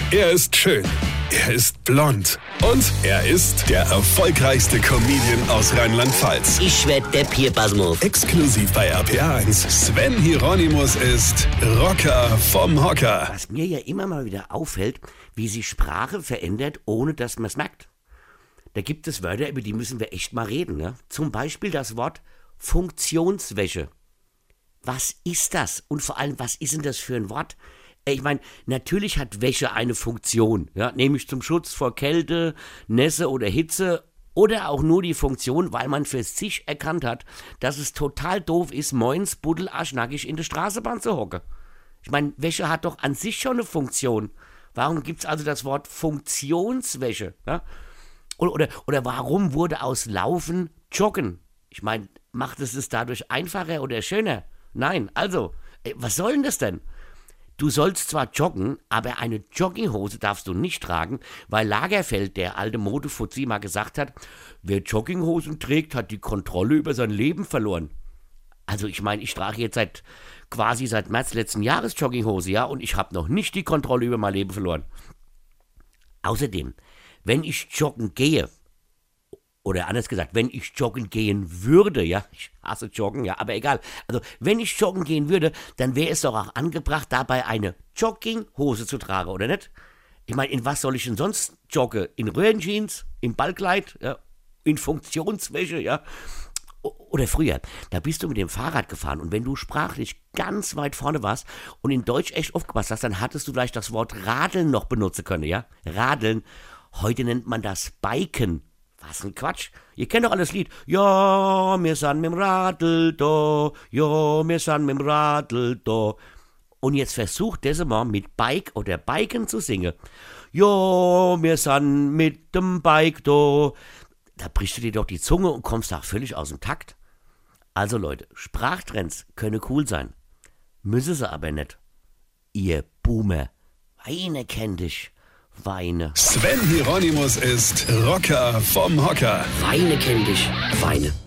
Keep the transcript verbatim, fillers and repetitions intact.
Er ist schön. Er ist blond. Und er ist der erfolgreichste Comedian aus Rheinland-Pfalz. Ich werd der Pierpasmus. Exklusiv bei R P A eins. Sven Hieronymus ist Rocker vom Hocker. Was mir ja immer mal wieder auffällt, wie sich Sprache verändert, ohne dass man es merkt. Da gibt es Wörter, über die müssen wir echt mal reden. Ne? Zum Beispiel das Wort Funktionswäsche. Was ist das? Und vor allem, was ist denn das für ein Wort? Ich meine, natürlich hat Wäsche eine Funktion, ja? Nämlich zum Schutz vor Kälte, Nässe oder Hitze oder auch nur die Funktion, weil man für sich erkannt hat, dass es total doof ist, moins buddel arschnackig in der Straßenbahn zu hocken. Ich meine, Wäsche hat doch an sich schon eine Funktion. Warum gibt es also das Wort Funktionswäsche? Ja? Oder, oder, oder warum wurde aus Laufen Joggen? Ich meine, macht es es dadurch einfacher oder schöner? Nein, also, ey, was soll denn das denn? Du sollst zwar joggen, aber eine Jogginghose darfst du nicht tragen, weil Lagerfeld, der alte Modefuzzi, mal gesagt hat, wer Jogginghosen trägt, hat die Kontrolle über sein Leben verloren. Also ich meine, ich trage jetzt seit quasi seit März letzten Jahres Jogginghose, ja, und ich habe noch nicht die Kontrolle über mein Leben verloren. Außerdem, wenn ich joggen gehe, oder anders gesagt, wenn ich joggen gehen würde, ja, ich hasse Joggen, ja, aber egal. Also, wenn ich joggen gehen würde, dann wäre es doch auch angebracht, dabei eine Jogginghose zu tragen, oder nicht? Ich meine, in was soll ich denn sonst joggen? In Röhrenjeans, im Ballkleid, ja, in Funktionswäsche, ja? Oder früher, da bist du mit dem Fahrrad gefahren und wenn du sprachlich ganz weit vorne warst und in Deutsch echt aufgepasst hast, dann hattest du vielleicht das Wort Radeln noch benutzen können, ja? Radeln. Heute nennt man das Biken. Was ein Quatsch. Ihr kennt doch alles Lied. Ja, wir sind mit dem Radl da. Ja, wir sind mit dem Radl da. Und jetzt versucht das mal mit Bike oder Biken zu singen. Ja, wir sind mit dem Bike da. Da brichst du dir doch die Zunge und kommst da völlig aus dem Takt. Also Leute, Sprachtrends können cool sein. Müssen sie aber nicht. Ihr Boomer. Weine kenn dich. Weine. Sven Hieronymus ist Rocker vom Hocker. Weine kenn dich. Weine.